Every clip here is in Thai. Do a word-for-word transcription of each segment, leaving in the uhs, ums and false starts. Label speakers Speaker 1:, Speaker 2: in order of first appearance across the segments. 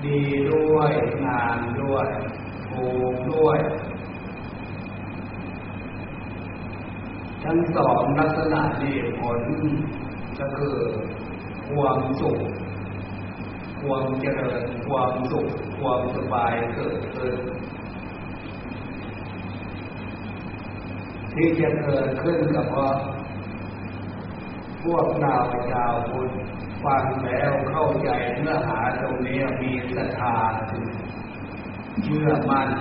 Speaker 1: ดีด้วยงามด้วยถูกด้วยทั้งสองลักษณะนี้ผลก็คือความสุขความเจริญความสุขความสบายเกิดขึ้นที่จะเกิดขึ้นกับเพราะพวกเราชาวพุทธฟังแล้วเข้าใจเนื้อหาตรงนี้มีศรัทธาเชื่อมั่น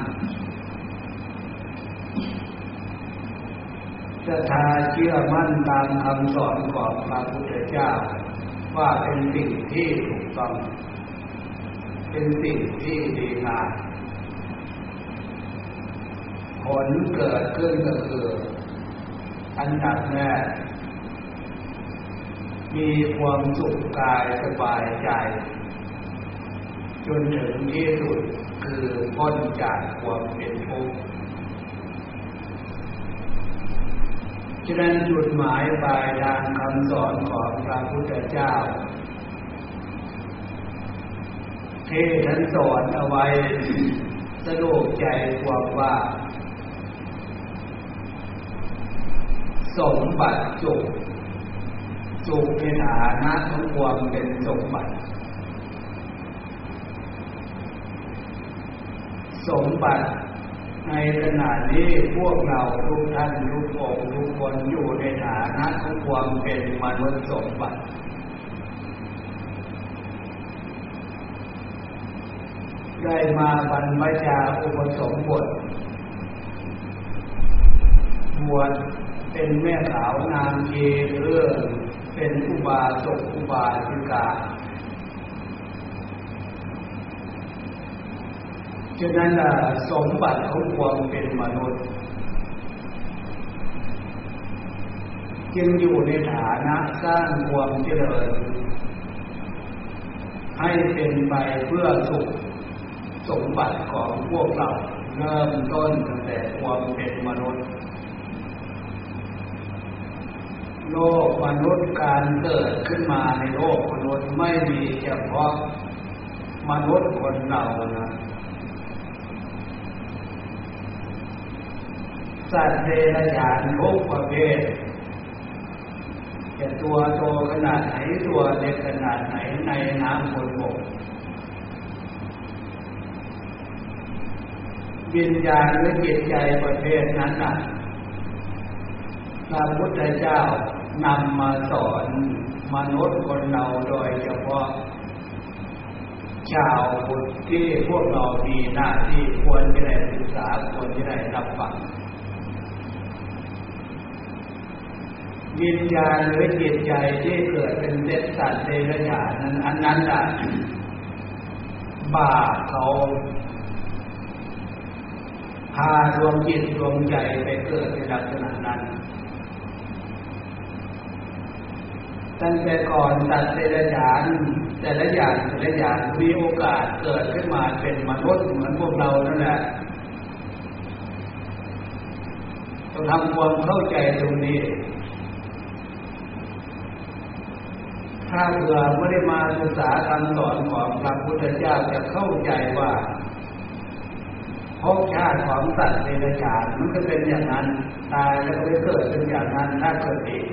Speaker 1: ศรัทธาเชื่อมั่นตามคำสอนของพระพุทธเจ้าว่าเป็นสิ่งที่ถูกต้องเป็นสิ่งที่ดีงามผลเกิดขึ้นก็คืออันดับแรกมีความสุขกายสบายใจจนถึงที่สุดคือพ้นจากความเป็นทุกข์ฉะนั้นจุดหมายปลายทางคำสอนของพระพุทธเจ้าที่ท่านสอนเอาไว้สรุปใจความว่าสมบัติสุขสุขในฐานะของความเป็นสมบัติสมบัติในขณะนี้พวกเราทุกท่านทุกองค์ทุกคนอยู่ในฐานะของความเป็นมนุษย์สมบัติได้มาบรรพชาอุปสมบทบวชเป็นแม่สาวนางเกเรื่องเป็นอุบาสกอุบาสิกาฉะนั้นสมบัติของความเป็นมนุษย์จึงอยู่ในฐานะสร้างความเจริญให้เป็นไปเพื่อสุขสมบัติของพวกเราเริ่มต้นตั้งแต่ความเป็นมนุษย์โลกมนุษย์การเกิดขึ้นมาในโลกมนุษย์ไม่มีเฉพาะมนุษย์คนเรานะสัตว์เดรัจฉานทุกประเภทจะตัวโตขนาดไหนตัวเล็กขนาดไหนในน้ำบนบกวิญญาณหรือจิตใจประเภทนั้นน่ะพระพุทธเจ้านำมาสอนมนุษย์คนเราโดยเฉพาะชาวพุทธที่พวกเรามีหน้าที่ควรจะได้ศึกษาควรจะได้รับฟังวิญญาณหรือจิตใจที่เกิดเป็นเด็กสัตว์เดรัจฉานนั้นอันนั้นน่ะบาปเขาพาดวงจิตดวงใจไปเกิดในลักษณะนั้นตั้งแต่ก่อนสัตว์เดรัจฉานแต่ละอย่างแต่ละอย่างมีโอกาสเกิดขึ้นมาเป็นมนุษย์เหมือนพวกเรานั่นแหละต้องทำความเข้าใจตรงนี้ถ้าเผื่อไม่ได้มาศึกษาคำสอนของพระพุทธเจ้าจะเข้าใจว่าภพชาติของสัตว์เดรัจฉานมันก็เป็นอย่างนั้นตายแล้วก็ไปเกิดเป็นอย่างนั้นถ้าเกิดอีก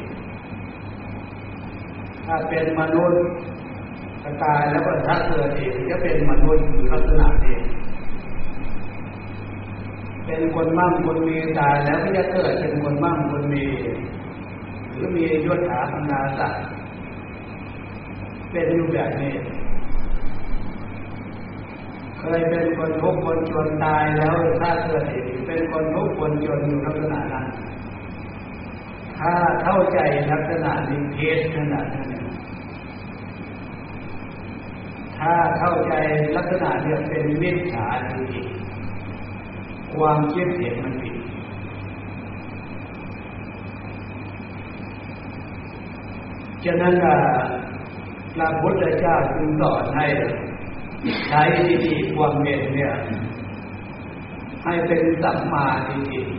Speaker 1: ถ้าเป็นมนุษย์ตายแล้วก็ถ้าเกิดอีกจะเป็นมนุษย์อยู่ลักษณะนี้เป็นคนมั่งคนมีตายแล้วก็จะเกิดเป็นคนมั่งคนมีหรือมียศถาบรรดาศักดิ์เป็นอยู่แบบนี้เคยเป็นคนทุกข์คนจนตายแล้วถ้าเกิดอีกเป็นคนทุกข์คนจนอยู่ลักษณะนั้นถ้าเข้าใจลักษณะนี้เทศขนาดนั้นถ้าเข้าใจลักษณะนี้เป็นมิจฉาทิฏฐิความคิดเห็นมันผิดฉะนั้นพระพุทธเจ้าจึงสอนให้ใช้ทิฏฐิความเห็นเนี่ยให้เป็นสัมมาทิฏฐิ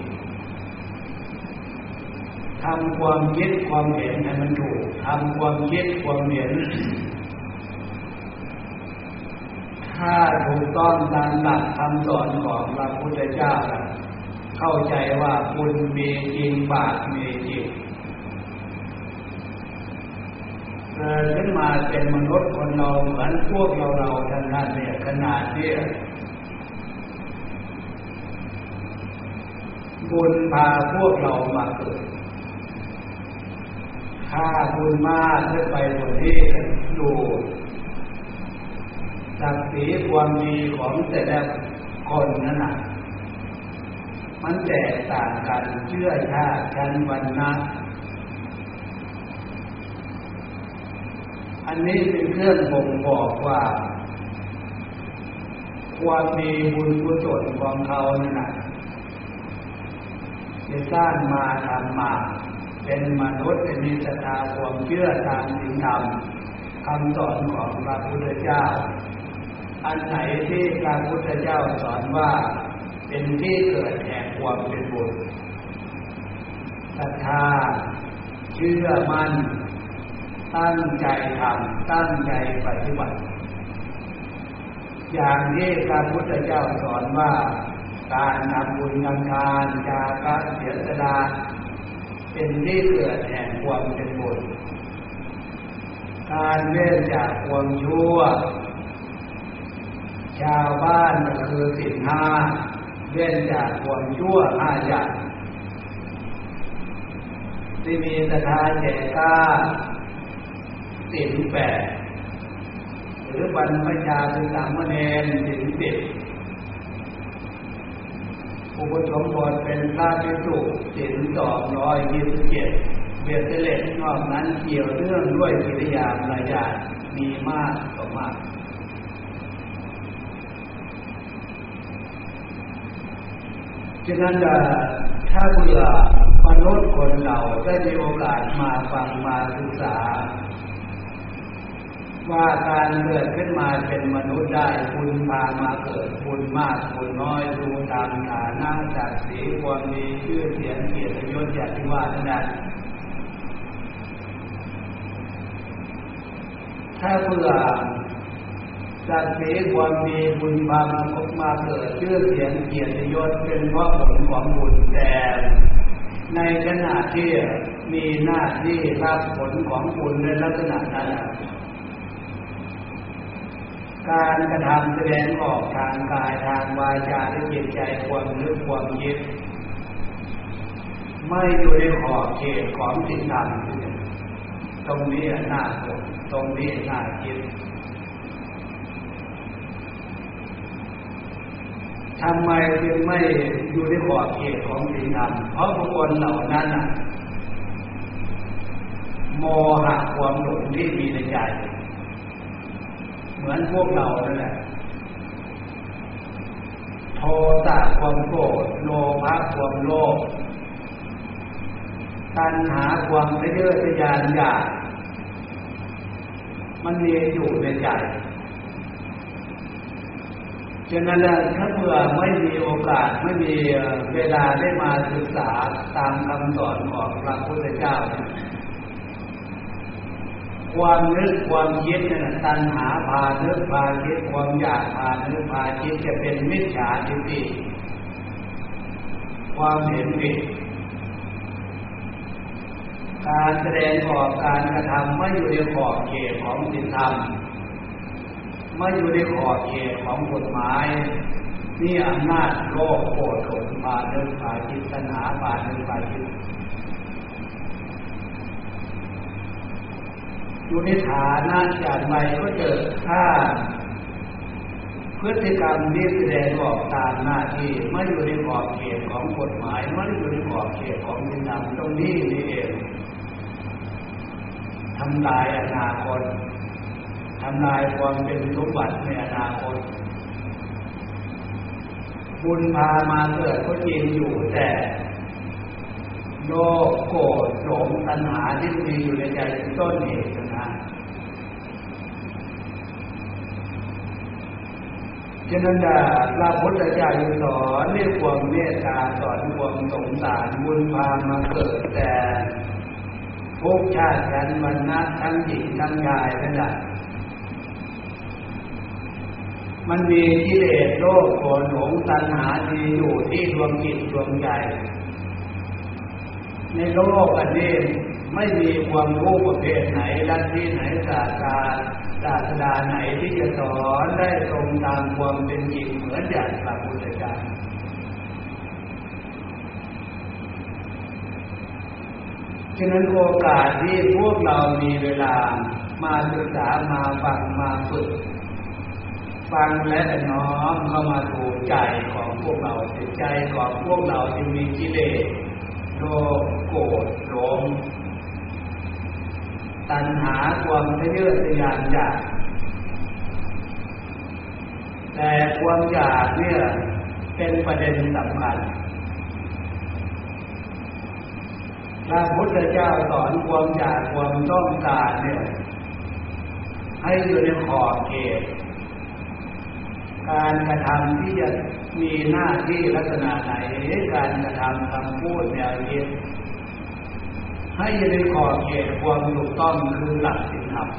Speaker 1: ทำความคิดความเห็นให้มันถูกทำความคิดความเห็นทถ้าถูกต้องตามหลักคำสอนของพระพุทธเจ้าเข้าใจว่าบุญมีจริงบาปมีจริงเกิดขึ้นมาเป็นมนุษย์คนเราเหมือนพวกเราเราท่านนั้นเนี่ยขนาดนี้บุญพาพวกเรามาเกิดถ้าบุญมากขึ้นไปกว่านี้ดูศักดิ์ศรีความดีของแต่ละคนนั่นน่ะมันแตกต่างกันเชื้อชาติชั้นวรรณะอันนี้เป็นเครื่องบ่งบอกว่าความมีบุญกุศลของเขานั่นน่ะได้สร้างมาทำมาเป็นมนุษย์มีศรัทธาความเชื่อตามศีลธรรมคำสอนของพระพุทธเจ้าอันไหนที่พระพุทธเจ้าสอนว่าเป็นที่เกิดแห่งความเป็นบุญศรัทธาเชื่อมั่นตั้งใจทำตั้งใจปฏิบัติอย่างที่พระพุทธเจ้าสอนว่าการทำบุญทำทานจาคะเสียสละเป็นที่เกิดแห่งความเป็นบุญการเว้นจากความชั่วชาวบ้านก็คือศีลห้าเว้นจากความชั่วห้าอย่างที่มีศรัทธาแก่กล้าศีลแปดหรือบรรพชาเป็นสามเณรศีลสิบอุปสมบทเป็นพระภิกษุศีลสองร้อยยี่สิบเจ็ดเบียดเสร็จนอกนั้นเกี่ยวเนื่องด้วยกิริยามารยาทมีมากต่อมากฉะนั้นถ้าเบื่อมนุษย์คนเราได้มีโอกาสมาฟังมาศึกษาว่าการเกิดขึ้นมาเป็นมนุษย์ได้บุญพามาเกิดบุญมากบุญน้อยดูตามฐานะศักดิ์ศรีความมีชื่อเสียงเกียรติยศอย่างที่ว่านั้นถ้าเบื่อศักดิ์ศรีความมีบุญพามาพบมาเกิดชื่อเสียงเกียรติยศเป็นเพราะผลของบุญแต่ในขณะที่มีหน้าที่รับผลของบุญในลักษณะนั้นการกระทำแสดงออกทางกายทางวาจาและจิตใจความนึกความคิดไม่อยู่ในขอบเขตของศีลธรรมตรงนี้น่าปวดตรงนี้น่าคิดทำไมจึงไม่อยู่ในขอบเขตของศีลธรรมเพราะบุคคลเหล่านั้นโมหะความหลงที่มีในใจเหมือนพวกเรานั่นแหละโทสะความโกรธโลภะความโลภตัณหาความทะเยอทะยานอยากมันมีอยู่ในใจฉะนั้นถ้าเมื่อไม่มีโอกาสไม่มีเวลาได้มาศึกษาตามคำสอนของพระพุทธเจ้าความนึกความคิดนั่นตัณหาพานึกพาคิดความอยากพานึกพาคิดจะเป็นมิจฉาทิฏฐิความเห็นผิดการแสดงออกการกระทำไม่อยู่ในขอบเขตของศีลธรรมไม่อยู่ในขอบเขตของกฎหมายนี่อำนาจโลภโกรธหลงพานึกพาคิดตัณหาพานึกพาคิดอยู่ในฐานะอย่างไรก็เจอถ้าพฤติกรรมที่แสดงออกตามหน้าที่ไม่อยู่ในขอบเขตของกฎหมายไม่อยู่ในขอบเขตของศีลธรรมตรงนี้นี่เองทำลายอนาคตทำลายความเป็นสมบัติในอนาคตบุญพามาเกิดก็จริงอยู่แต่โลภโกรธหลงตัณหาที่มีอยู่ในใจเป็นต้นเหตุนะฉะนั้นพระพุทธเจ้าสอนเรื่องความเมตตาสอนความสงสารบุญพามาเกิดแต่ภพชาติชั้นวรรณะทั้งหญิงทั้งชายนั่นแหละมันมีกิเลสโลภโกรธหลงตัณหามีอยู่ที่ดวงจิตดวงใจในโลกอันนี้ไม่มีความรู้ประเภทไหนลัทธิไหนศาสตราศาสดาไหนที่จะสอนได้ตรงตามความเป็นจริงเหมือนอย่างพระพุทธเจ้าฉะนั้นโอกาสที่พวกเรามีเวลามาศึกษามาฟังมาฝึกฟังและน้อมเข้ามาถูกใจของพวกเราจิตใจของพวกเราที่มีกิเลสโลภโกรธหลงตัณหาความทะเยอทะยานอยากแต่ความอยากเนี่ยเป็นประเด็นสำคัญพระพุทธเจ้าสอนความอยากความต้องการเนี่ยให้อยู่ในขอบเขตการกระทำที่จะมีหน้าที่ลักษณะไหนการกระทำคำพูดแนวคิดให้อยู่ในขอบเขตความถูกต้องคือหลักศีลธรรม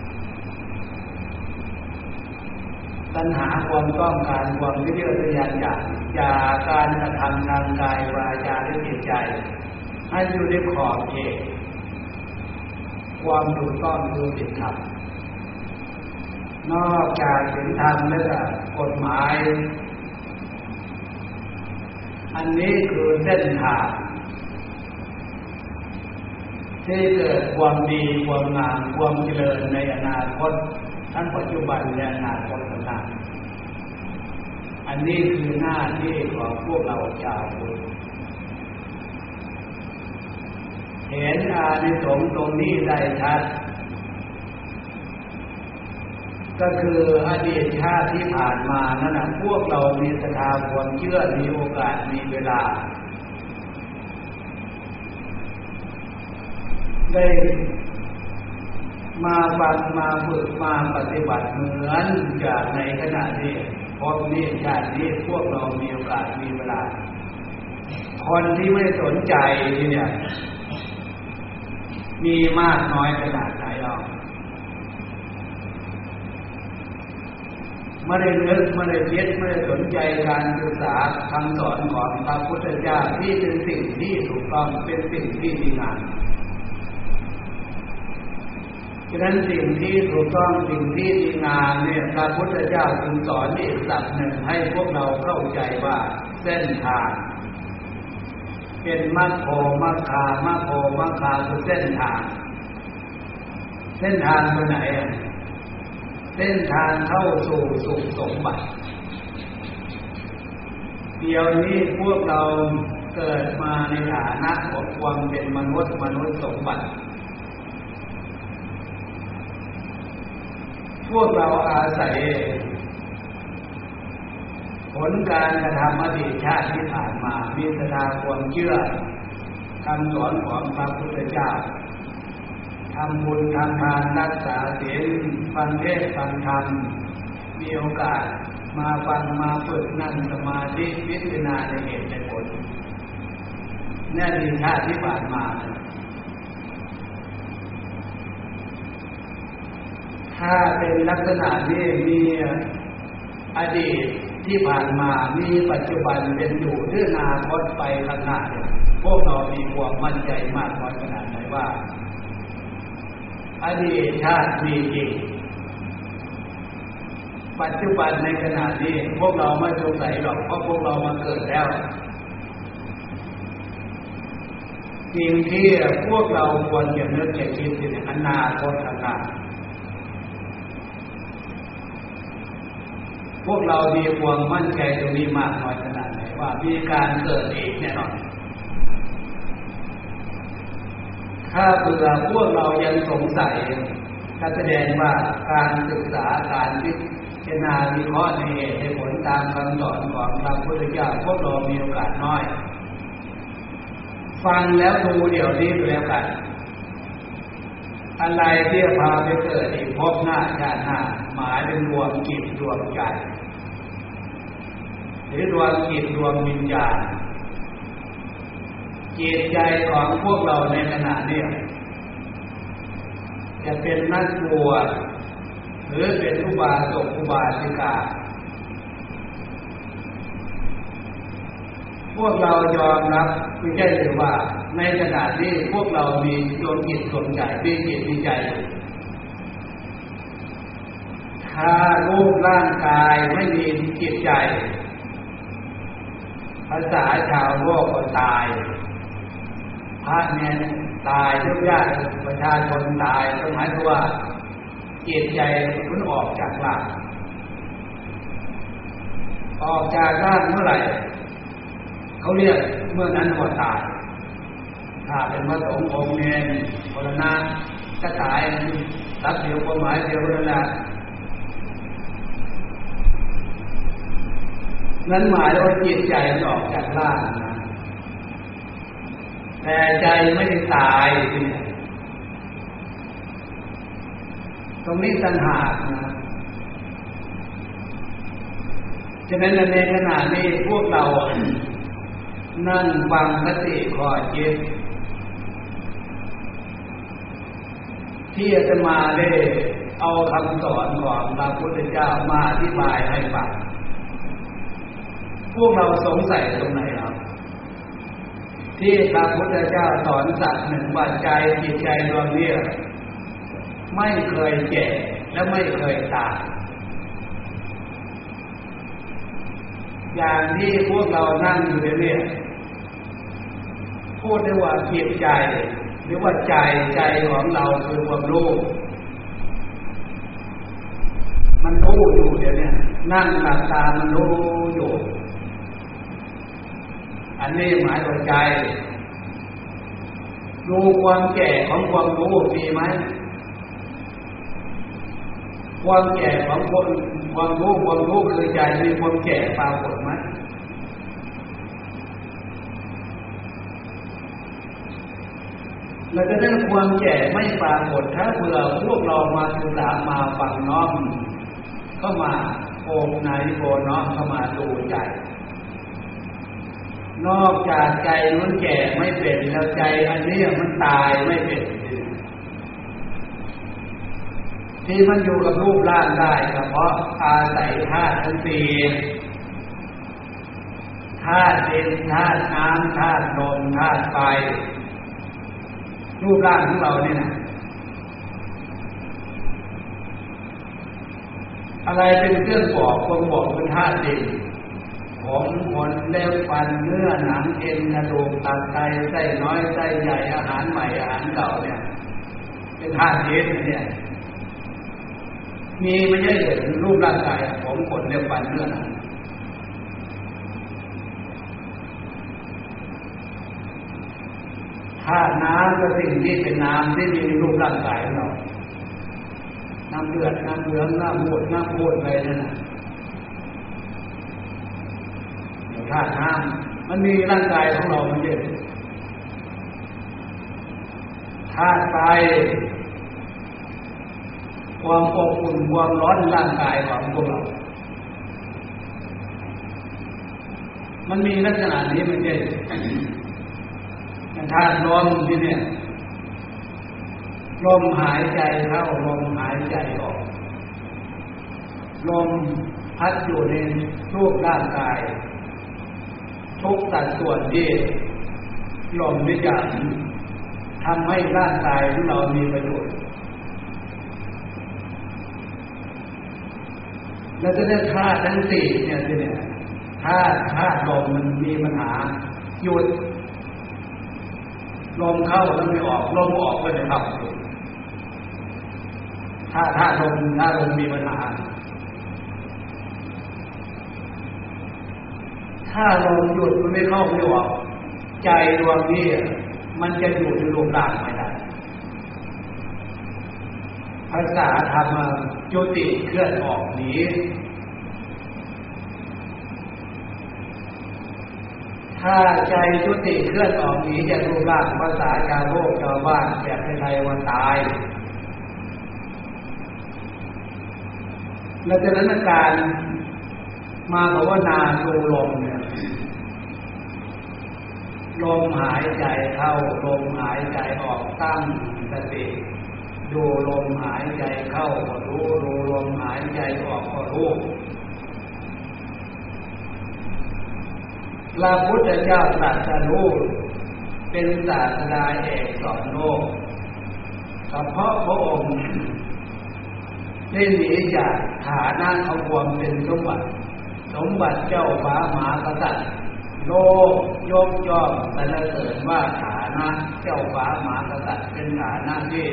Speaker 1: ตัณหาความต้องการความทะเยอทะยานอยากจากการกระทำทางกายวาจาและจิตใจให้อยู่ในขอบเขตความถูกต้องคือศีลธรรมนอกจากศีลธรรมแล้วก็กฎหมายอันนี้คือเส้นทางที่เกิดความดีความงามความเจริญในอนาคตทั้งปัจจุบันและอนาคตข้างหน้าอันนี้คือหน้าที่ของพวกเราชาวพุทธเห็นอานิสงส์ตรงนี้ได้ชัดก็คืออดีตชาติที่ผ่านมานั่นนะพวกเรามีศรัทธาความเชื่อมีโอกาสมีเวลาได้มาฟังมาฝึกมาปฏิบัติเหมือนจากในขณะนี้พบนี้ชาตินี้พวกเรามีโอกาสมีเวลาคนที่ไม่สนใจที่เนี่ยมีมากน้อยขนาดไหนเราไม่ได้นึกไม่ได้คิดไม่ได้สนใจการศึกษาคำสอนของพระพุทธเจ้าที่เป็นสิ่งที่ถูกต้องเป็นสิ่งที่ดีงามฉะนั้นสิ่งที่ถูกต้องสิ่งที่ดีงามเนี่ยพระพุทธเจ้าจึงสอนอีกศัพท์หนึ่งให้พวกเราเข้าใจว่าเส้นทางเป็นมัคโคมัคคามัคโคมัคคาคือเส้นทางเส้นทางไปไหนอ่ะเส้นทางเข้าสู่สุขสมบัติเดี๋ยวนี้พวกเราเกิดมาในฐานะของความเป็นมนุษย์มนุษย์สมบัติพวกเราอาศัยผลการกระทำอดีตชาติที่ผ่านมามีศรัทธาความเชื่อคำสอนของพระพุทธเจ้าทำบุญทำทานรักษาศีลฟังเทศน์ฟังธรรมมีโอกาสมาฟังมาฝึกนั่งสมาธิพิจารณาในเหตุในผลในอดีตชาติที่ผ่านมาถ้าเป็นลักษณะนี้มีอดีตที่ผ่านมามีปัจจุบันเป็นอยู่หรืออนาคตไปข้างหน้าเนี่ยพวกเรามีความมั่นใจมากน้อยขนาดไหนว่าอดีตชาติมีจริงปัจจุบันในขณะนี้พวกเราไม่สงสัยหรอกเพราะพวกเรามาเกิดแล้วสิ่งที่พวกเราควรจะนึกจะคิดในอนาคตข้างหน้าพวกเรามีความมั่นใจตรงนี้มากน้อยขนาดไหนว่ามีการเกิดอีกแน่นอนถ้าเผื่อพวกเรายังสงสัยก็แสดงว่าการศึกษาการพิจารณาวิเคราะห์ในเหตุในผลตามคำสอนของพระพุทธเจ้าพวกเรามีโอกาสน้อยฟังแล้วดูเดี๋ยวนี้ดูแล้วกันอะไรที่พาไปเกิดอีกพบหน้าชาติหน้าหมายถึงดวงจิตดวงใจหรือดวงจิตดวงวิญญาณจิตใจของพวกเราในขณะนี้จะเป็นนักบวชหรือเป็นอุบาสกอุบาสิกาพวกเรายอมรับไม่ใช่หรือว่าในขณะที่พวกเรามีดวงจิตดวงใจมีจิตมีใจถ้ารูปร่างกายไม่มีจิตใจภาษาชาวโลกก็ตายพระเนรตายทุกญาติประชาชนตายก็หมายถึงว่าจิตใจมันออกจากร่างออกจากร่างเมื่อไหร่เขาเรียกเมื่อนั้นก็ตายถ้าเป็นพระสงฆ์องค์เนรมรณะก็ตายรับเดียวความหมายเดียวนั่นแหละนั้นหมายว่าจิตใจมันออกจากร่างนะแต่ใจไม่ได้ตายเนี่ยตรงนี้ต่างหากนะฉะนั้นในขณะนี้พวกเรานั่งฟังคติข้อคิดที่อาตมาได้เอาคำสอนของพระพุทธเจ้ามาอธิบายให้ฟังพวกเราสงสัยตรงไหนครับที่พระพุทธเจ้าสอนสัตว์หนึ่งว่าใจจิตใจดวงนี้ไม่เคยแก่และไม่เคยตายอย่างที่พวกเรานั่งอยู่เนี่ยพูดได้ว่าจิตใจหรือว่าใจใจของเราคือความรู้มันรู้อยู่เดี๋ยวนี้นั่งหลับตามันรู้อยู่อันนี้หมายถึงใจดูความแก่ของความรู้มีไหมความแก่ของคนความรู้ความรู้คือใจมีความแก่ปรากฏไหมแล้วก็ได้ความแก่ไม่ปรากฏถ้าเผื่อพวกเรามาศึกษามาฟังน้อมเข้ามาโอบนายโกน้อมเข้ามาดูใจนอกจากใจมันแก่ไม่เป็นแล้วใจอันนี้มันตายไม่เป็นที่มันอยู่กับรูปร่างได้ก็เพราะอาศัยธาตุทั้งสี่ธาตุดินธาตุน้ำธาตุลมธาตุไฟรูปร่างของเราเนี่ยนะอะไรเป็นเครื่องบอกความบอกเป็นธาตุดินผมขนเล็บฟันเนื้อหนังเอ็นกระดูกตับไตไส้น้อยไส้ใหญ่อาหารใหม่อาหารเก่าเนี่ยเป็นธาตุดินเนี่ยมีไม่ใช่เห็นรูปร่างกายผมขนเล็บฟันเนื้อหนังธาตุน้ำก็สิ่งที่เป็นน้ำที่มีในรูปร่างกายของเราน้ำเลือดน้ำเหลืองน้ำมูดน้ำพูดอะไรนั่นน่ะธาตุน้ำมันมีร่างกายของเรามันเยอะธาตุไฟความอบอุ่นความร้อนร่างกายของพวกเรามันมีลักษณะนี้มันเยอะธาตุลมที่เนี่ยลมหายใจเข้าลมหายใจออกลมพัดอยู่ในรูปร่างกายทุกสัดส่วนที่ลมวิจารณ์ทำให้ร่างกายของเรามีประโยชน์แล้วจะได้ธาตุทั้งสี่เนี่ยที่เนี่ยธาตุธาตุลมมันมีปัญหาหยุดลมเข้าแล้วไม่ออกลมออกก็จะเข้าถ้าถ้าลมถ้าลมมีปัญหาถ้าลมหยุดมันไม่เข้าไม่ออกใจดวงนี้มันจะอยู่ในรูปร่างไม่ได้ภาษาธรรมจุติเคลื่อนออกหนีถ้าใจจุติเคลื่อนออกหนีจากรูปร่างภาษาชาวโลกชาวบ้านแบบไทยๆว่าตายและจากนั้นการมาภาวนาดูลมเนี่ยลมหายใจเข้าลมหายใจออกตั้งสติดูลมหายใจเข้าก็รู้ดูลมหายใจออกก็รู้พระพุทธเจ้าตรัสรู้เป็นศาสดาเอกสอนโลกเฉพาะพระองค์ได้หนีจากฐานะของความเป็นสมบัติสมบัติเจ้าฟ้ามหากษัตริย์โลกยกย่องสรรเสริญว่าฐานะเจ้าฟ้ามหากษัตริย์เป็นฐานะที่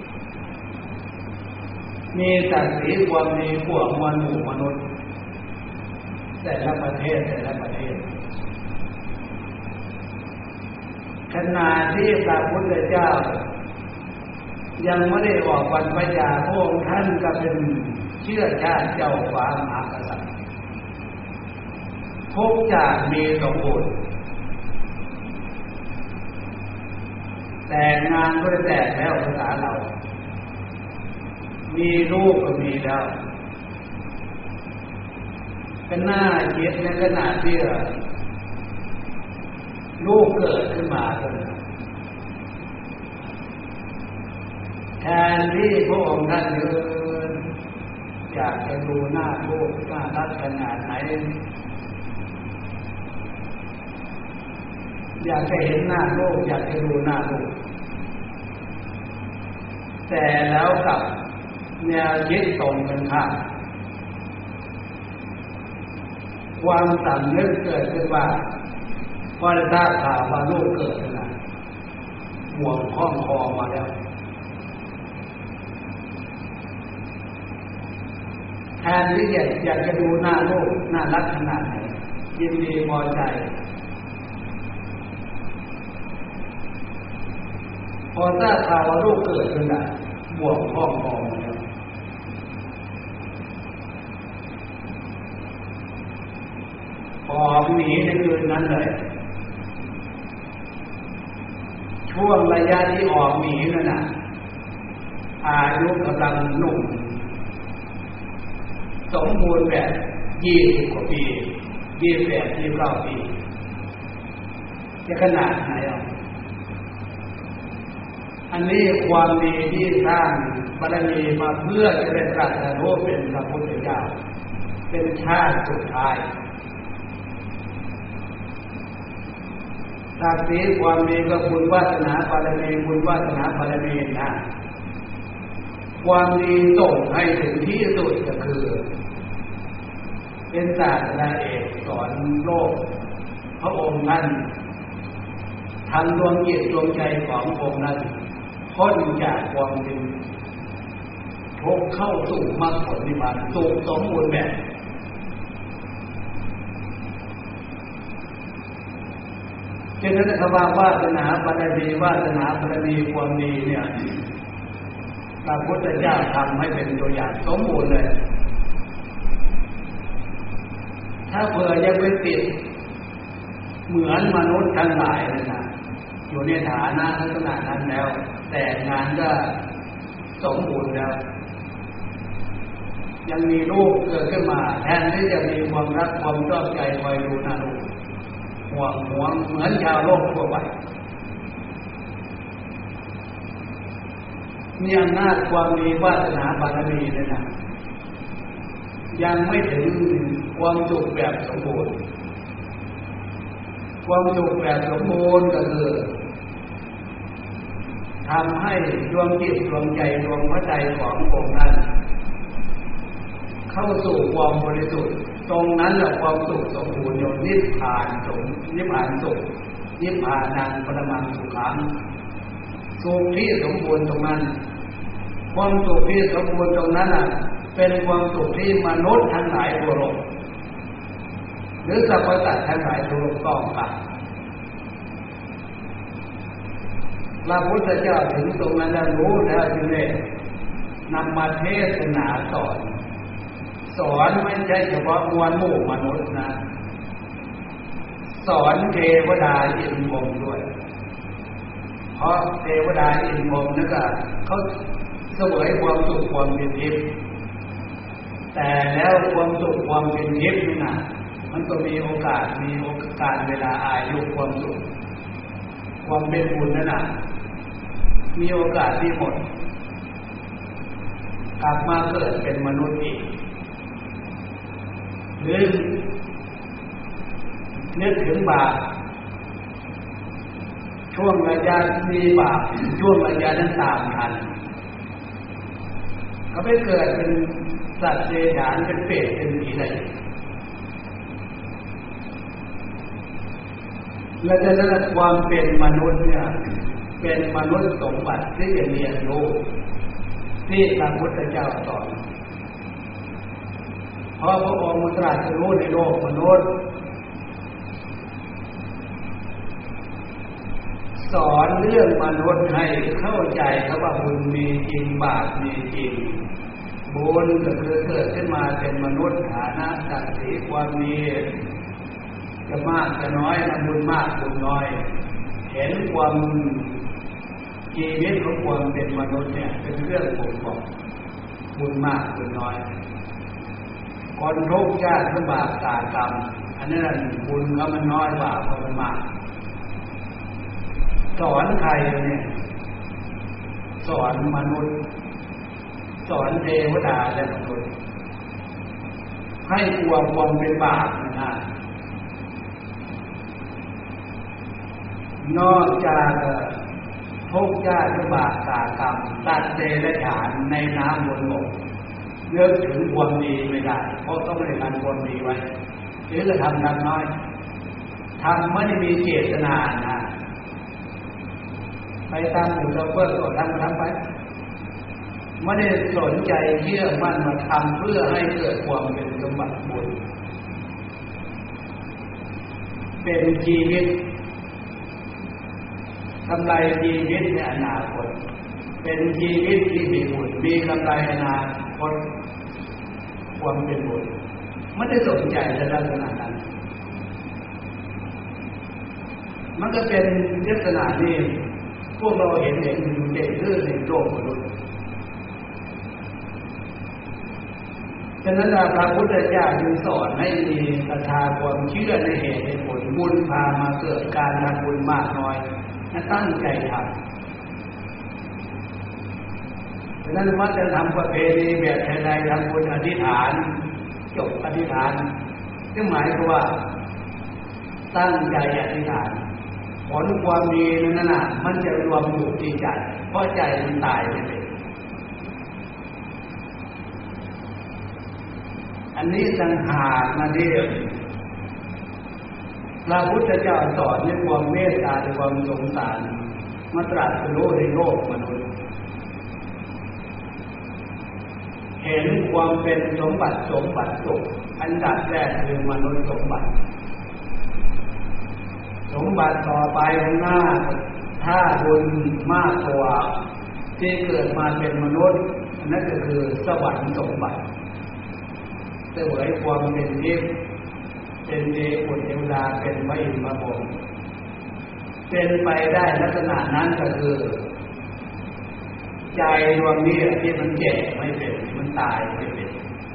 Speaker 1: มีศักดิ์ศรีความมีพวกมวลหมู่มนุษย์แต่ละประเทศแต่ละประเทศขณะที่พระพุทธเจ้ายังไม่ได้ออกบรรพชาพระองค์ท่านก็เป็นเชื้อชาติเจ้าฟ้ามหากษัตริย์ทุกอย่างมีสมบูรณ์แต่งานก็ได้แต่แล้วภาษาเรามีลูกก็มีแล้วก็น่าเจ็บในขณะที่ลูกเกิดขึ้นมาแทนที่พระองค์ท่านยืนอยากจะดูหน้าลูกหน้ารักขนาดไหนอยากจะเห็นหน้าลูกอยากจะดูหน้าลูกแต่แล้วกับแนวคิดตรงกันข้ามความสำนึกเกิดขึ้นว่าพอได้ทราบข่าวว่าลูกเกิดนะห่วงข้องคอมาแล้วแทนที่อยากอยากจะดูหน้าลูกน่ารักขนาดไหนยินดีพอใจพอทราบข่าวว่าลูกเกิดขึ้นนะห่วงข้องคอมาแล้วออกหนีในคืนนั้นเลยช่วงระยะที่ออกหนีนั่นน่ะอายุกำลังหนุ่มสมบูรณ์แบบยี่สิบกว่าปียี่สิบแปดยี่สิบเก้าปีจะขนาดไหนอ่ะอันนี้ความดีที่สร้างบารมีมาเพื่อจะได้ตรัสรู้เป็นพระพุทธเจ้าเป็นชาติสุดท้ายศักดิ์ศรีความดีก็บุญวาสนาบารมีบุญวาสนาบารมีนะความดีส่งให้ถึงที่สุดก็คือเป็นศาสดาเอกสอนโลกพระองค์นั้นทำดวงจิตดวงใจของพระองค์นั้นพ้นจากความเป็นทุกข์เข้าสู่มรรคผลนิพพานสุขสมบูรณ์แบบฉะนั้นคำว่าวาสนาบารมีวาสนาบารมีความดีเนี่ยพระพุทธเจ้าทำให้เป็นตัวอย่างสมบูรณ์เลยถ้าเผื่อยังไม่ติดเหมือนมนุษย์ทั้งหลายเลยนะอยู่ในฐานะลักษณะนั้นแล้วแต่งานก็สมบูรณ์แล้วยังมีลูกเกิดขึ้นมาแทนที่จะมีความรักความชอบใจคอยดูหน้าลูกห่วงห่วงเหมือนชาวโลกทั่วไปมีอำนาจความมีวาสนาบารมีเลยนะยังไม่ถึงความสุขแบบสมบูรณ์ความสุขแบบสมบูรณ์ก็คือทำให้ดวงจิตดวงใจดวงหัวใจขององค์นั้นเข้าสู่ความบริสุทธิ์ตรงนั้นแหละความสุขสมบูรณ์โยนิพพานสมนิพพานสุขนิพพานังปรมังสุขังสุขที่สมบูรณ์ตรงนั้นความสุขที่สมบูรณ์ตรงนั้นน่ะเป็นความสุขที่มนุษย์ทั้งหลายทั่วโลกหรือสรรพสัตว์ทั้งหลายทั่วโลกต้องการพระพุทธเจ้าถึงตรงนั้นแล้วรู้แล้วจึงได้นำมาเทศนาสอนสอนไม่ใช่เฉพาะมวลหมู่มนุษย์นะสอนเทวดาอินพรหมด้วยเพราะเทวดาอินพรหมนั่นก็เขาเสวยความสุขความเป็นทิพย์แต่แล้วความสุขความเป็นทิพย์นี่นะมันก็มีโอกาสมีโอกาสเวลาอายุความสุขความเป็นบุญนั่นน่ะมีโอกาสที่หมดกลับมาเกิดเป็นมนุษย์อีกหรือนึกถึงบาปช่วงระยะมีบาปช่วงระยะนั้นตามทันเขาไปเกิดเป็นสัตว์เดรัจฉานเป็นเปรตเป็นผีอะไรและจะได้ความเป็นมนุษย์เนี่ยเป็นมนุษย์สมบัติที่จะเรียนรู้ที่พระพุทธเจ้าสอนเพราะพระองค์ตรัสรู้ในโลกมนุษย์สอนเรื่องมนุษย์ให้เข้าใจครับว่าบุญมีจริงบาปมีจริงบุญก็คือเกิดขึ้นมาเป็นมนุษย์ฐานะศักดิ์ศรีความมีจะมากจะน้อยนะบุญมากบุญน้อยเห็นความชีวิตของความเป็นมนุษย์เนี่ยเป็นเรื่องบ่งบอกบุญมากบุญน้อยคนทุกข์ยากลำบากตากรรมอันนั้นบุญเขามันน้อยบาปเขามันมากสอนใครเนี่ยสอนมนุษย์สอนเทวดาและมนุษย์ให้กลัวความเป็นบาปนะนอกจากทุกข์ยากลำบากตากรรมตัดเดรัจฉานในน้ำบนบกเลือกถึงความดีไม่ได้เพราะต้องไม่ได้ทำความดีไว้หรือจะทำทำน้อยทำไม่ได้มีเจตนานะไปตามหมู่เราเพื่อก็ทำทำไปไม่ได้สนใจเชื่อมั่นมาทำเพื่อให้เกิดความเป็นสมบัติบุญเป็นชีวิตกำไรชีวิตในอนาคตเป็นชีวิตที่มีบุญมีกำไรอนาคตความเป็นบุญไม่ได้สนใจในลักษณะนั้นมันก็เป็นลักษณะนี้พวกเราเห็นเห็นอยู่ในเรื่องในโลกมนุษย์ฉะนั้นพระพุทธเจ้าจึงสอนให้มีศรัทธาความเชื่อในเหตุในผลบุญพามาเกิดการทำบุญมากน้อยและตั้งใจทำฉะนั้นมักจะทำประเพณีแบบใดๆทำบุญอธิษฐานจบอธิษฐานซึ่งหมายความว่าตั้งใจอธิษฐานผลความดีนั้นน่ะมันจะรวมอยู่ที่ใจเพราะใจมันตายไปเลยอันนี้ต่างหากนะที่พระพุทธเจ้าสอนในความเมตตาในความสงสารมาตรัสรู้ในโลกมนุษย์เห็นความเป็นสมบัติสมบัติสุขอันดับแรกคือมนุษย์สมบัติสมบัติต่อไปข้างหน้าถ้าบุญมากกว่าที่เกิดมาเป็นมนุษย์นั่นก็คือสวรรค์สมบัติเสวยความเป็นทิพย์เป็นเดชอุตเทวดาเป็นพระอินทร์พระพรหมเป็นไปได้ลักษณะนั้นก็คือใจดวงนี้ที่มันแก่ไม่เป็นมันตายไม่เป็น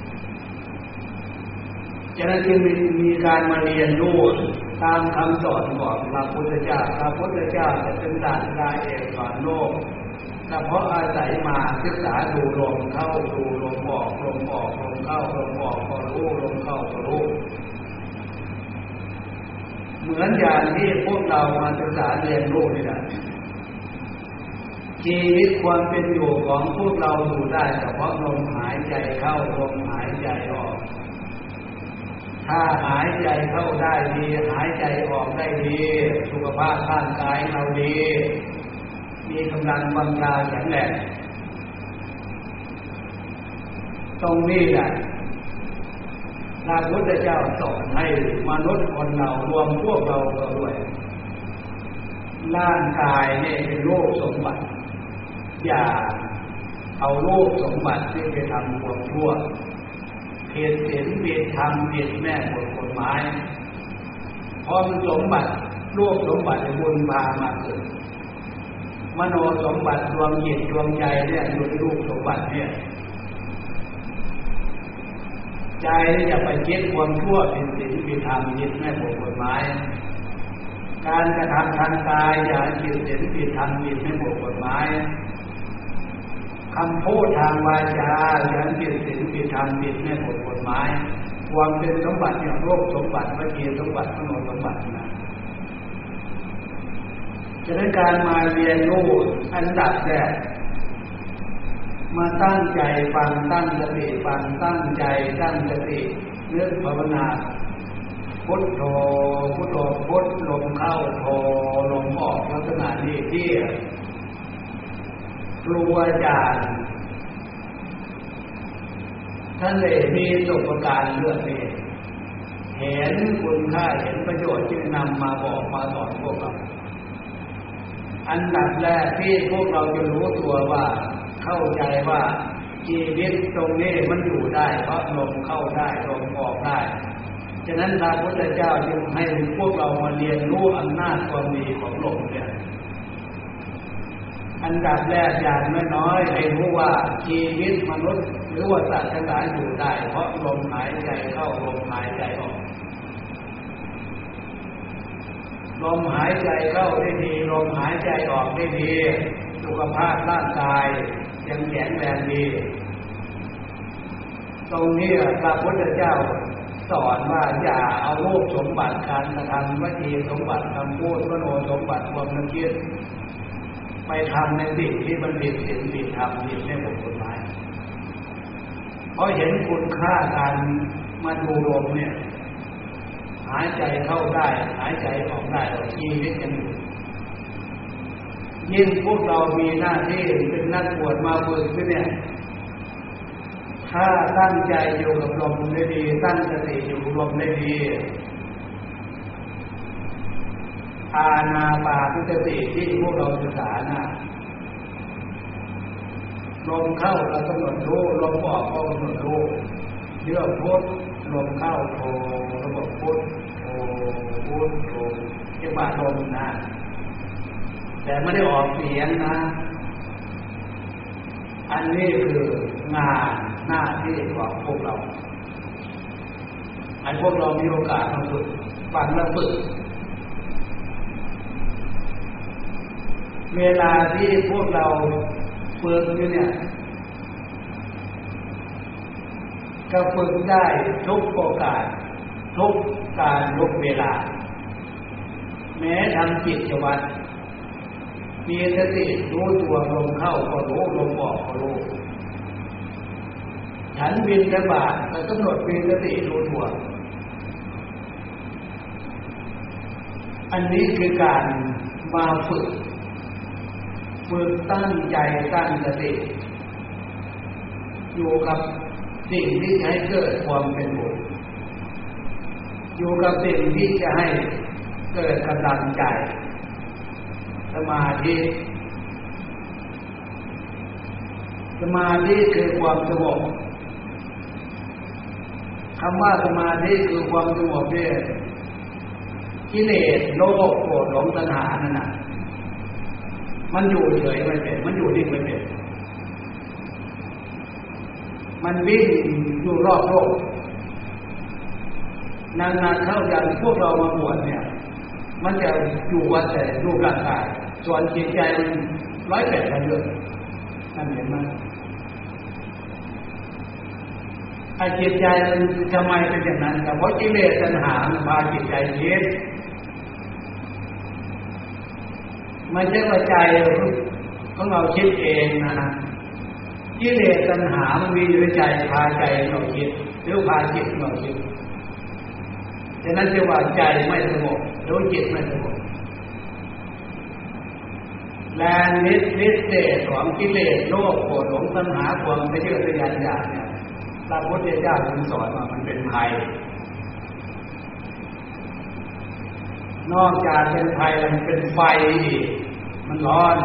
Speaker 1: ฉะนั้นจึงมีมีการมาเรียนรู้ตามคำสอนของพระพุทธเจ้าพระพุทธเจ้าจะเป็นศาสดาเอกสอนโลกแต่เพราะอาศัยมาศึกษาดูลมเข้าดูลมออกลมออกลมเข้าลมออกก็รู้ลมเข้าก็รู้เหมือนอย่างที่พวกเรามาศึกษาเรียนรู้นี่แหละชีวิตความเป็นอยู่ของพวกเราอยู่ได้เฉพาะลมหายใจเข้าลมหายใจออกถ้าหายใจเข้าได้ดีหายใจออกได้ดีสุขภาพร่างกายเราดีมีกำลังวังชาแข็งแรงตรงนี้แหละพระพุทธเจ้าสอนให้มนุษย์คนเรารวมพวกเราก็ด้วยร่างกายนี่เป็นโลกสมบัติอย่าเอาโลกสมบัติที่ไปทำความชั่วเหตุเสียงเบียดธรรมเบียดแม่บทกฎหมายพอมันสมบัติโลกสมบัติบุญพามาเกิดมโนสมบัติดวงจิตดวงใจเนี่ยอยู่ในรูปสมบัติเนี่ยใจอย่าไปคิดความชั่วเป็นศีลเป็นธรรมยึดแม่บทกฎหมายการกระทำทางกายอย่าคิดศีลเป็นธรรมยึดแม่บทกฎหมายคำพูดทางวาจาอย่าคิดศีลเป็นธรรมยึดแม่บทกฎหมายความเป็นสมบัติเนี่ยโลกสมบัติวิถีสมบัติมโนสมบัตินะฉะนั้นการมาเรียนรู้อันดับแรกมาตั้งใจฟังตั้งสติฟังตั้งใจตั้งสตินึกภาวนาพุทโธพุทโธพุทลมเข้าโธลมออกลักษณะนี้ที่ครูอาจารย์ท่านเลยมีประสบการณ์เรื่องนี้เห็นคุณค่าเห็นประโยชน์ที่นำมาบอกมาสอนพวกเราอันดับแรกที่พวกเราจะรู้ตัวว่าเข้าใจว่าชีวิตตรงนี้มันอยู่ได้เพราะลมเข้าได้ลมออกได้ฉะนั้นพระพุทธเจ้าจึงให้พวกเรามาเรียนรู้อำนาจความดีของลมเนี่ยอันดับแรกอย่างน้อยๆให้รู้ว่าชีวิตมนุษย์หรือว่าสัตว์ทั้งหลายอยู่ได้เพราะลมหายใจเข้าลมหายใจออกลมหายใจเข้าได้ดีลมหายใจออกได้ดีสุขภาพร่างกายยังแข็งแรงดีตรงนี้พระพุทธเจ้าสอนว่าอย่าเอารูปสมบัติการกระทำวิธีสมบัติคำพูดมโนสมบัติความนึกคิดไปทำในสิ่งที่มันผิดศีลผิดธรรมผิดในบทกฎหมายเพราะเห็นคุณค่าการมาดูลมเนี่ยหายใจเข้าได้หายใจออกได้ชีวิตยังอยู่ยิ่งพวกเรามีหน้าที่เป็นนักบวชมาฝึกเนี่ยถ้าตั้งใจอยู่กับลมได้ดีตั้งสติอยู่กับลมได้ดีอานาปานสติที่พวกเราศึกษาน่ะลมเข้าเรากำหนดรู้ลมออกก็กำหนดรู้เรื่องพุทลมเข้าโธระบบพุทโธพุทโธจังหวะลมนะแต่ไม่ได้ออกเสียงนะอันนี้คืองานหน้าที่ของพวกเราให้พวกเรามีโอกาสมาฝึกฟังและฝึกเวลาที่พวกเราฝึกอยู่เนี่ยก็ฝึกได้ทุกโอกาสทุกการทุกเวลาแม้ทำกิจวัตรมีสติรู้ตัวลมเข้าก็รู้ลมออกก็รู้ฉันบินทบาทก็กำหนดมีสติรู้ตัวอันนี้คือการมาฝึกฝึกตั้งใจตั้งสติอยู่กับสิ่งที่จะให้เกิดความเป็นบุญอยู่กับสิ่งที่จะให้เกิดกำลังใจสมาธิสมาธิคือความสงบคำว่าสมาธิคือความสงบเนี่ยกิเลสโลภโกรธหลงตัณหานั่นน่ะมันอยู่เฉยไม่เป็นมันอยู่นิ่งไม่เป็นมันวิ่งอยู่รอบโลกนานๆเข้าอย่างพวกเรามาบวชเนี่ยมันจะอยู่วัดแต่รูปร่างกายส่วนจิตใจมันร้อยแปดพันเรื่องนั่นเห็นไหมไอ้จิตใจมันทำไมเป็นอย่างนั้นแต่เพราะกิเลสตัณหามันพาจิตใจคิดไม่ใช่ว่าใจของเราคิดเองนะกิเลสตัณหามันมีอยู่ในใจพาใจเราคิดหรือพาจิตเราคิดฉะนั้นจะว่าใจไม่สงบหรือจิตไม่สงบแรงนิดนิดเศษของกิเลสโลภโกรธหลงตัณหาความทะเยอทะยานอยากเนี่ยพระพุทธเจ้าจึงสอนว่ามันเป็นภัยนอกจากเป็นภัยมันเป็นไฟอีกมันร้อน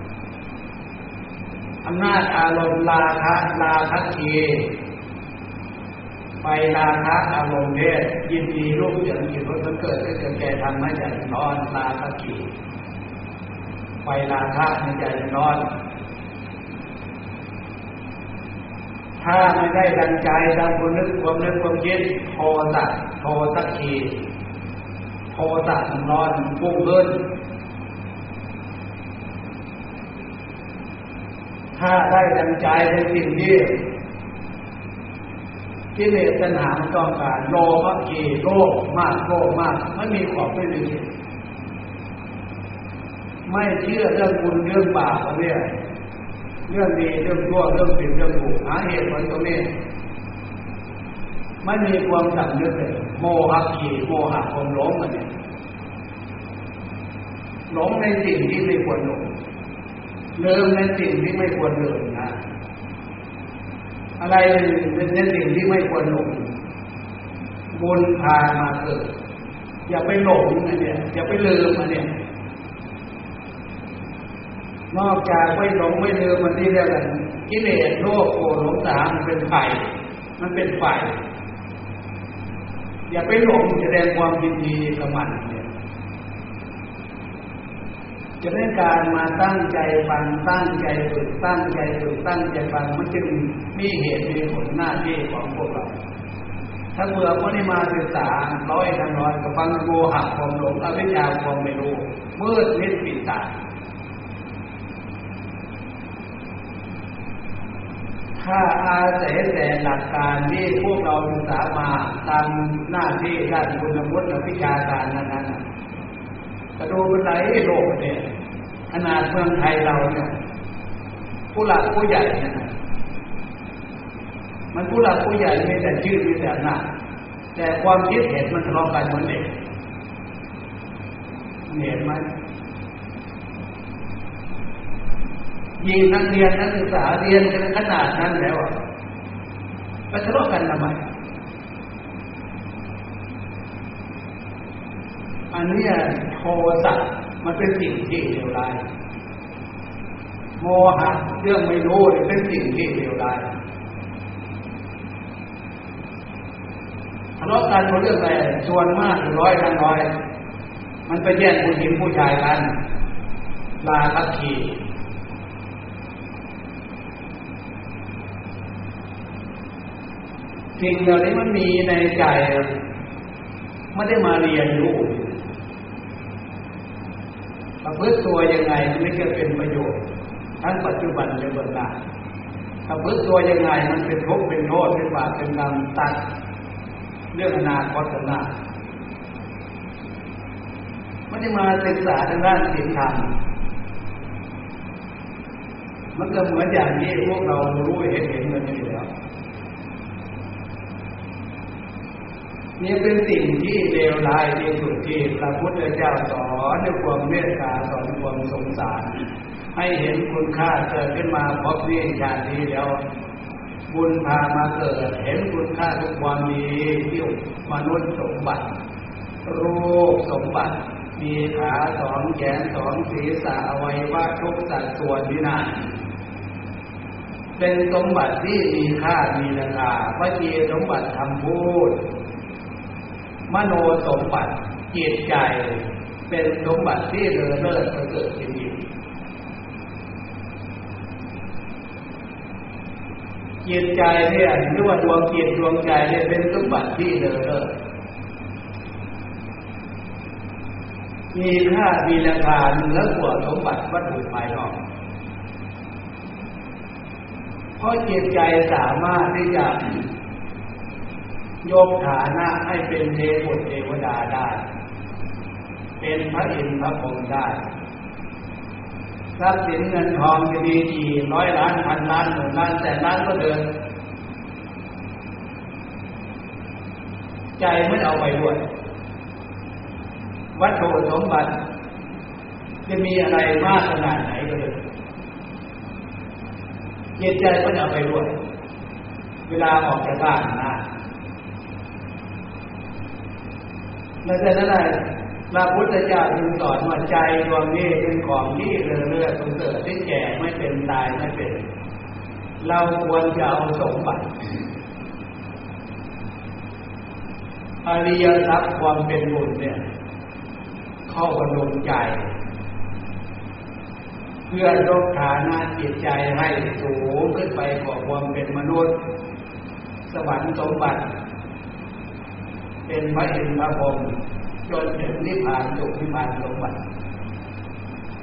Speaker 1: อำนาจอารมณ์ราคะราคะทีไฟราคะอารมณ์เพศยินดีรูปเสียงกลิ่นรสมันเกิดขึ้นกับใจทำให้ใจร้อนราคะทีไฟราคะในใจร้อนถ้าไม่ได้ดังใจดังความนึกความนึกความคิดโทสะโทสักทีโทสะมันร้อนพุ่งขึ้นถ้าได้ดังใจในสิ่งที่กิเลสตัณหามันต้องการโลภะเกโลภมากโลภมากไม่มีขอบไม่มีไม่เชื่อเรื่องบุญเรื่องบาปเนี่ยเรื่องดีเรื่องชั่วเรื่องผิดเรื่องถูกหาเหตุผลตรงนี้ไม่มีความสำนึกเลยโมหะขีโมหะความหลงมันเนี่ยหลงในสิ่งที่ไม่ควรหลงลืมในสิ่งที่ไม่ควรลืมนะอะไรเป็นในสิ่งที่ไม่ควรหลงบุญพามาเกิดอย่าไปหลงนะเนี่ยอย่าไปลืมมันเนี่ยนอกจากไม่หลงไม่ลืมมันที่เรียกกันกิเลสโลภโกรธหลงสามันเป็นไฟมันเป็นไฟอย่าไปหลงแสดงความยินดีกับมันเนี่ยจะได้การมาตั้งใจฟังตั้งใจฝึกตั้งใจฝึกตั้งใจฟังมันจึงมีเหตุมีผลหน้าที่ของพวกเราถ้าเบื่อไม่ได้มาศึกษาร้อยทั้งร้อยก็ฟังโมหะความหลงอวิชชาความไม่รู้มืดมิดปิดตาถ้าอาศัยแต่หลักการที่พวกเราศึกษามาตามหน้าที่ด้านคุณวุฒิและวิชาการนั้นๆกระดูกไหลโลกเนี่ยขนาดเมืองไทยเราเนี่ยผู้หลักผู้ใหญ่เนี่ยมันผู้หลักผู้ใหญ่มีแต่ชื่อมีแต่หน้าแต่ความคิดเห็นมันทะเลาะกันเหมือนเด็กเห็นไหมยิ่งนักเรียนนักศึกษาเรียนกันขนาดนั้นแล้วไปทะเลาะกันทำไมอันนี้โทสะมันเป็นสิ่งที่เลวร้ายโมหะเรื่องไม่รู้เป็นสิ่งที่เลวร้ายทะเลาะกันเพราะเรื่องอะไรส่วนมากร้อยทั้งร้อยมันไปแย่งผู้หญิงผู้ชายกันลาคักขีสิ่งเหล่านี้มันมีในใจไม่ได้มาเรียนรู้ประพฤติตัวยังไงมันไม่เกิดเป็นประโยชน์ทั้งปัจจุบันและเบื้องหน้าประพฤติตัวยังไงมันเป็นทุกข์เป็นโทษเป็นบาปเป็นกรรมตัดเรื่องอนาคตข้างหน้าไม่ได้มาศึกษาทางด้านศีลธรรมมันก็เหมือนอย่างที่พวกเรารู้เห็นเห็นกันอยู่แล้วนี่เป็นสิ่งที่เลวร้ายที่สุดที่พระพุทธเจ้าสอนด้วยความเมตตาสอนความสงสารให้เห็นคุณค่าเกิดขึ้นมาพบนี้ชาตินี้แล้วบุญพามาเกิดเห็นคุณค่าทุกความดีที่มนุษย์สมบัติรูปสมบัติมีขาสองแขนสองศีรษะอวัยวะทุกสัดส่วนวินาศเป็นสมบัติที่มีค่ามีราคาพระเจีสมบัติทำพูดมโนสมบัติจิตใจเป็นสมบัติที่เลอเลิศประเสริฐจริงๆจิตใจเนี่ยหรือว่าดวงจิตดวงใจเนี่ยเป็นสมบัติที่เลอเลิศมีค่ามีราคาเหนือกว่าสมบัติวัตถุภายนอกเพราะจิตใจสามารถที่จะยกฐานะให้เป็นเทพบุตรเทวดาได้เป็นพระอินทร์พระพรหมได้ทรัพย์สินเงินทองจะมีกี่ร้อยล้านพันล้านหมื่นล้านแสนล้านก็เดินใจไม่เอาไปด้วยวัตถุสมบัติจะมีอะไรมากขนาดไหนก็เลยเย็นใจไม่เอาไปด้วยเวลาออกจากบ้านนะและจากนั้นพระพุทธเจ้าจึงสอนว่าใจดวงนี้เป็นของที่เลอเลือดประเสริฐที่แก่ไม่เป็นตายไม่เป็นเราควรจะเอาสมบัติอริยทรัพย์ความเป็นบุญเนี่ยเข้าบำรุงใจเพื่อยกฐานะจิตใจให้สูงขึ้นไปกว่าความเป็นมนุษย์สวรรค์สมบัติเป็นพระอินทร์พระพรหมจนถึงนิพพานสุขนิพพานสมบัติ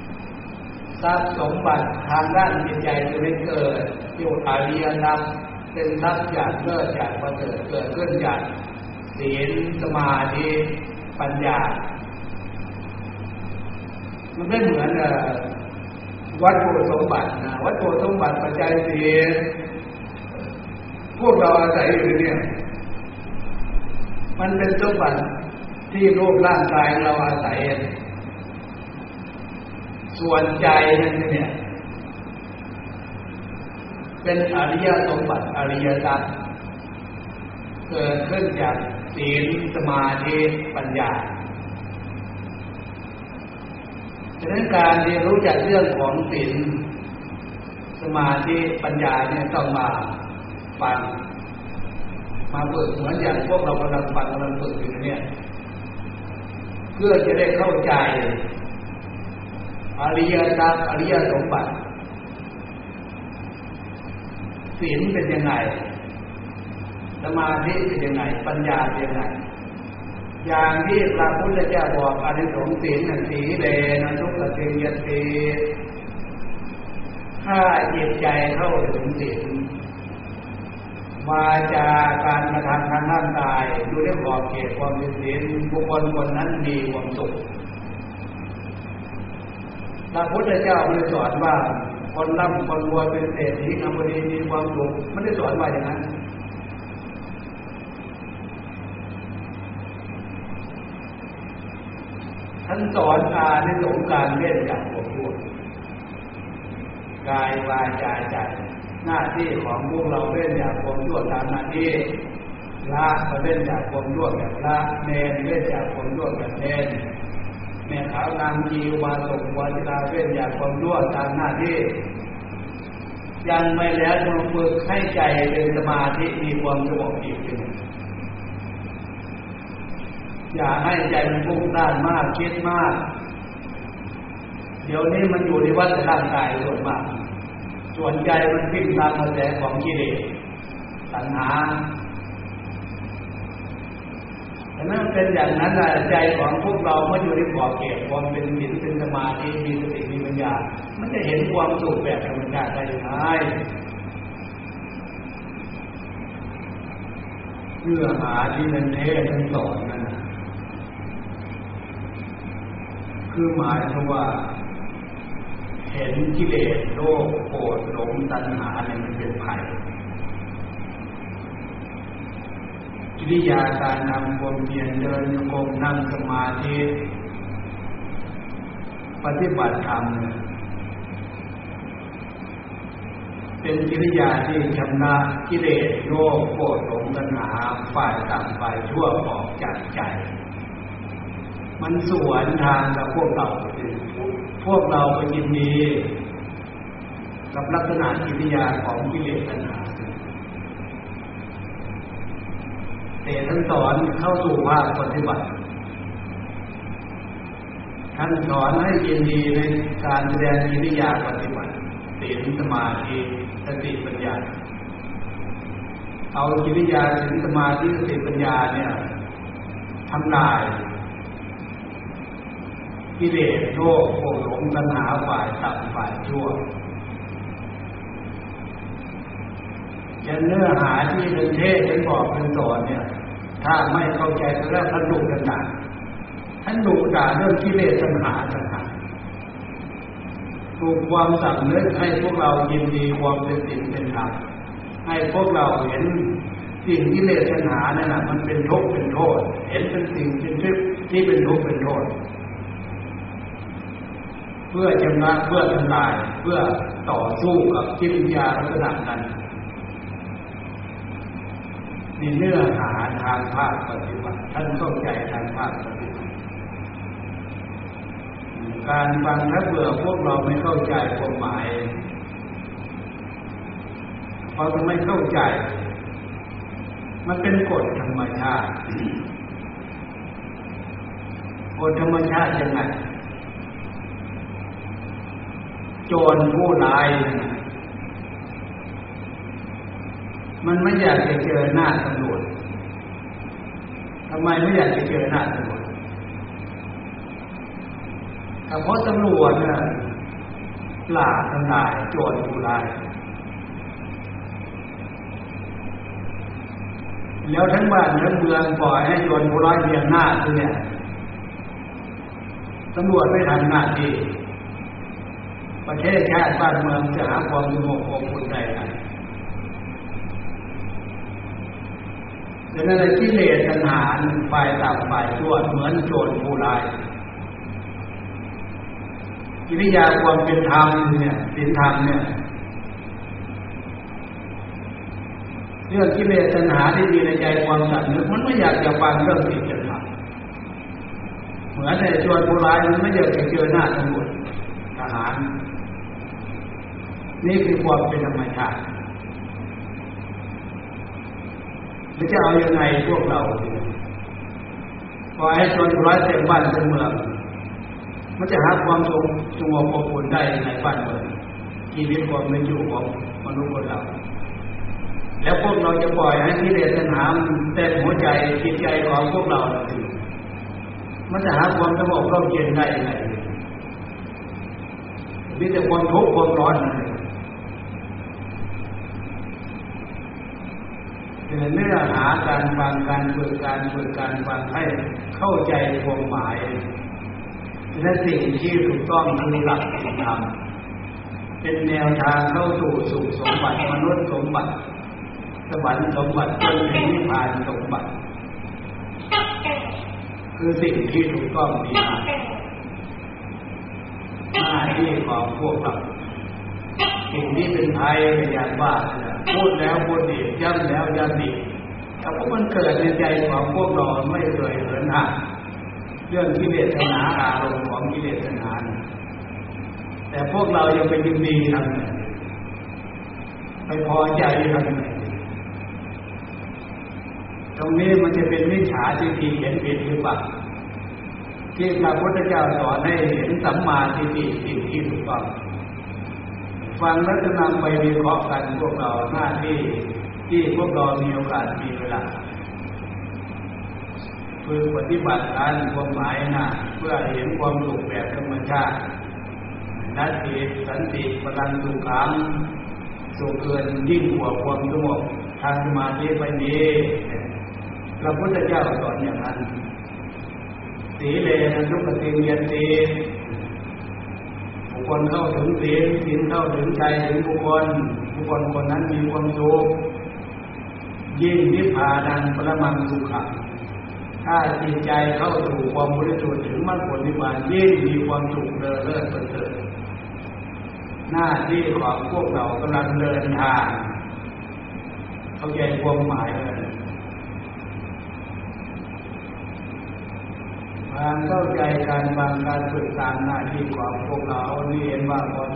Speaker 1: ทรัพย์สมบัติทางด้านจิตใจจะไม่เกิดอยู่อริยทรัพย์เป็นทรัพย์อย่างเลิศอย่างประเสริฐเกิดขึ้นจากศีลสมาธิปัญญามันไม่เหมือนวัตถุสมบัตินะวัตถุสมบัติปัจจัยสี่พวกเราอาศัยอยู่เนี่ยมันเป็นสมบัติที่รูปร่างกายเราอาศัยส่วนใจนั่นเนี่ยเป็นอริยสมบัติอริยทรัพย์เกิดขึ้นจากศีลสมาธิปัญญาฉะนั้นการเรียนรู้จากเรื่องของศีลสมาธิปัญญาเนี่ยต้องมาฟังมาฝึกเหมือนอย่างพวกเรากำลังฟังกำลังฝึกอยู่เนี่ยเพื่อจะได้เข้าใจอริยทรัพย์อริยสมบัติศีลเป็นยังไงสมาธิเป็นยังไงปัญญาเป็นยังไงอย่างที่พระพุทธเจ้าบอกอานิสงส์ศีลนั่นสีเลนะทุกขเทยติถ้าจิตใจเข้าถึงศีลวาจาการกระทำทางร่างกายอยู่ในขอบเขตความเป็นศีลบุคคลคนนั้นมีความสุขพระพุทธเจ้าไม่ได้สอนว่าคนร่ำคนรวยเป็นเศรษฐีอัมพีมีความสุขไม่ได้สอนว่าอย่างนั้นท่านสอนอานิสงส์การเว้นจากความชั่วกายวาจาใจหน้าที่ของพวกเราเว้นจากความชั่วตามหน้าที่ละก็เว้นจากความชั่วแบบละเนรเว้นจากความชั่วแบบเนรแม่ขาวนางจีวาสกวาจิราเว้นจากความชั่วตามหน้าที่ยังไม่แล้วต้องฝึกให้ใจเป็นสมาธิมีความสงบอีกทีอย่าให้ใจมันฟุ้งซ่านมากคิดมากเดี๋ยวนี้มันอยู่ในวัฏฏะร่างกายส่วนมากส่วนใจมันวิ่งตามกระแสของกิเลสตัณหาแต่นั่นเป็นอย่างนั้นแหละใจของพวกเราเมื่ออยู่ในขอบเขตความเป็นศีลเป็นสมาธิมีสติมีปัญญามันจะเห็นความสุขแบบธรรมชาติได้ยังไงเนื้อหาที่มันเทศน์ท่านสอนนั่นคือหมายถึงว่าเห็นกิเลสโลภโกรธหลงตัณหาเนี่ยมันเป็นภัยกิริยาการทำความเพียรเดินโยกมนั่งสมาธิปฏิบัติธรรมเป็นกิริยาที่ชำระกิเลสโลภโกรธหลงตัณหาฝ่ายต่ำฝ่ายชั่วออกจากใจมันสวนทางกับพวกเราพวกเราไปยินดีกับลักษณะกิริยาของกิเลสตัณหาแต่ท่านสอนเข้าสู่ภาคปฏิบัติท่านสอนให้ยินดีในการแสดงกิริยาปฏิบัติศีลสมาธิสติปัญญาเอากิริยาศีลสมาธิสติปัญญาเนี่ยทำลายกิเลสโลภโกรธหลงตัณหาฝ่ายต่ำฝ่ายชั่วอย่างเนื้อหาที่เป็นเทศเป็นบอกเป็นสอนเนี่ยถ้าไม่เข้าใจก็แล้วท่านดุกันด่าท่านดุด่าเรื่องกิเลสตัณหาต่างหากปลุกความสำนึกให้พวกเรายินดีความเป็นศีลเป็นธรรมให้พวกเราเห็นสิ่งกิเลสตัณหานั่นน่ะมันเป็นทุกข์เป็นโทษเห็นเป็นสิ่งเป็นทุกข์ที่เป็นทุกข์เป็นโทษเพื่อชำระเพื่อทำลายเพื่อต่อสู้กับกิริยาลักษณะนั้นมีเนื้อหาทางภาคปฏิบัติท่านเข้าใจทางภาคปฏิบัติการฟังถ้าเบื่อพวกเราไม่เข้าใจความหมายเพราะไม่เข้าใจมันเป็นกฎธรรมชาติกฎธรรมชาติยังไงโจรผู้ร้ายมันไม่อยากจะเจอหน้าตำรวจทำไมไม่อยากจะเจอหน้าตำรวจก็เพราะตำรวจน่ะปราบทำลายโจรผู้ร้ายแล้วทั้งบ้านทั้งเมืองปล่อยให้โจรผู้ร้ายเพียงหน้าคือเนี่ยตำรวจไม่ทำหน้าที่ประเทศชาติบ้านเมืองจะหาความสงบอบอุ่นได้ไหมดังนั้นกิเลสตัณหาฝ่ายต่ำฝ่ายชั่วเหมือนโจรผู้ร้ายกิริยาความเป็นธรรมเนี่ยศีลธรรมเนี่ยเรื่องกิเลสตัณหาที่มีในใจความสำนึกมันไม่อยากจะฟังเรื่องศีลธรรมเหมือนในโจรผู้ร้ายมันไม่อยากจะเจอหน้าตำรวจทหารนี่คือความเป็นธรรมชาติมันจะเอายังไงพวกเราพอให้โจรผู้ร้ายเต็มบ้านเต็มเมืองมันจะหาความสงบสงบอบอุ่นได้ในบ้านเมืองชีวิตความเป็นอยู่ของมนุษย์คนเราแล้วพวกเราจะปล่อยให้กิเลสตัณหาเต็มหัวใจจิตใจของพวกเรามันจะหาความสงบร่มเย็นได้ยังไงมีแต่ความทุกข์ความร้อนเลยเป็นเนื้อหาการฟังการฝึกการฝึกการฟังให้เข้าใจความหมายและสิ่งที่ถูกต้องคือหลักธรรมเป็นแนวทางเข้าสู่สุขสมบัติมนุษย์สมบัติสวรรค์สมบัติจนถึงนิพพานสมบัติคือสิ่งที่ถูกต้องดีงามหน้าที่ของพวกเราสิ่งที่เป็นภัยเป็นยานว่าพูดแล้วพูดอีกย้ำแล้วย้ำอีกแต่พวกมันเกิดในใจของพวกเราไม่เคยเหินห่างเรื่องกิเลสตัณหาอารมณ์ของกิเลสตัณหาแต่พวกเรายังไปยินดีทำไงไปพอใจทำไงตรงนี้มันจะเป็นมิจฉาทิฏฐิเห็นผิดหรือเปล่าที่พระพุทธเจ้าสอนให้เห็นสัมมาทิฏฐิสิ่งที่ถูกต้องฟังแล้วจะนำไปวิเคราะห์กันพวกเราหน้าที่ที่พวกเรามีโอกาสมีเวลาคือปฏิบัติการความหมายนะเพื่อเห็นความสุขแบบธรรมชาตินัตติสันติพลังสุขังสุขเกินยิ่งกว่าความสงบทางสมาธิไปนี้พระพุทธเจ้าสอนอย่างนั้นสีเลนะทุกขติยันติบุคคลเข้าถึงศีลศีลเข้าถึงใจถึงบุคคลบุคคลคนนั้นมีความสุขยิ่งนิพพานังปรมังสุขังถ้าจิตใจเข้าสู่ความบริสุทธิ์ถึงมรรคผลนิพพานยิ่งมีความสุขเลิศเลิศประเสริฐหน้าที่ของพวกเรากำลังเดินทางเข้าใจความหมายเลยการเข้าใจการฟังการฝึกตามหน้าที่ของพวกเรานี่เห็นว่า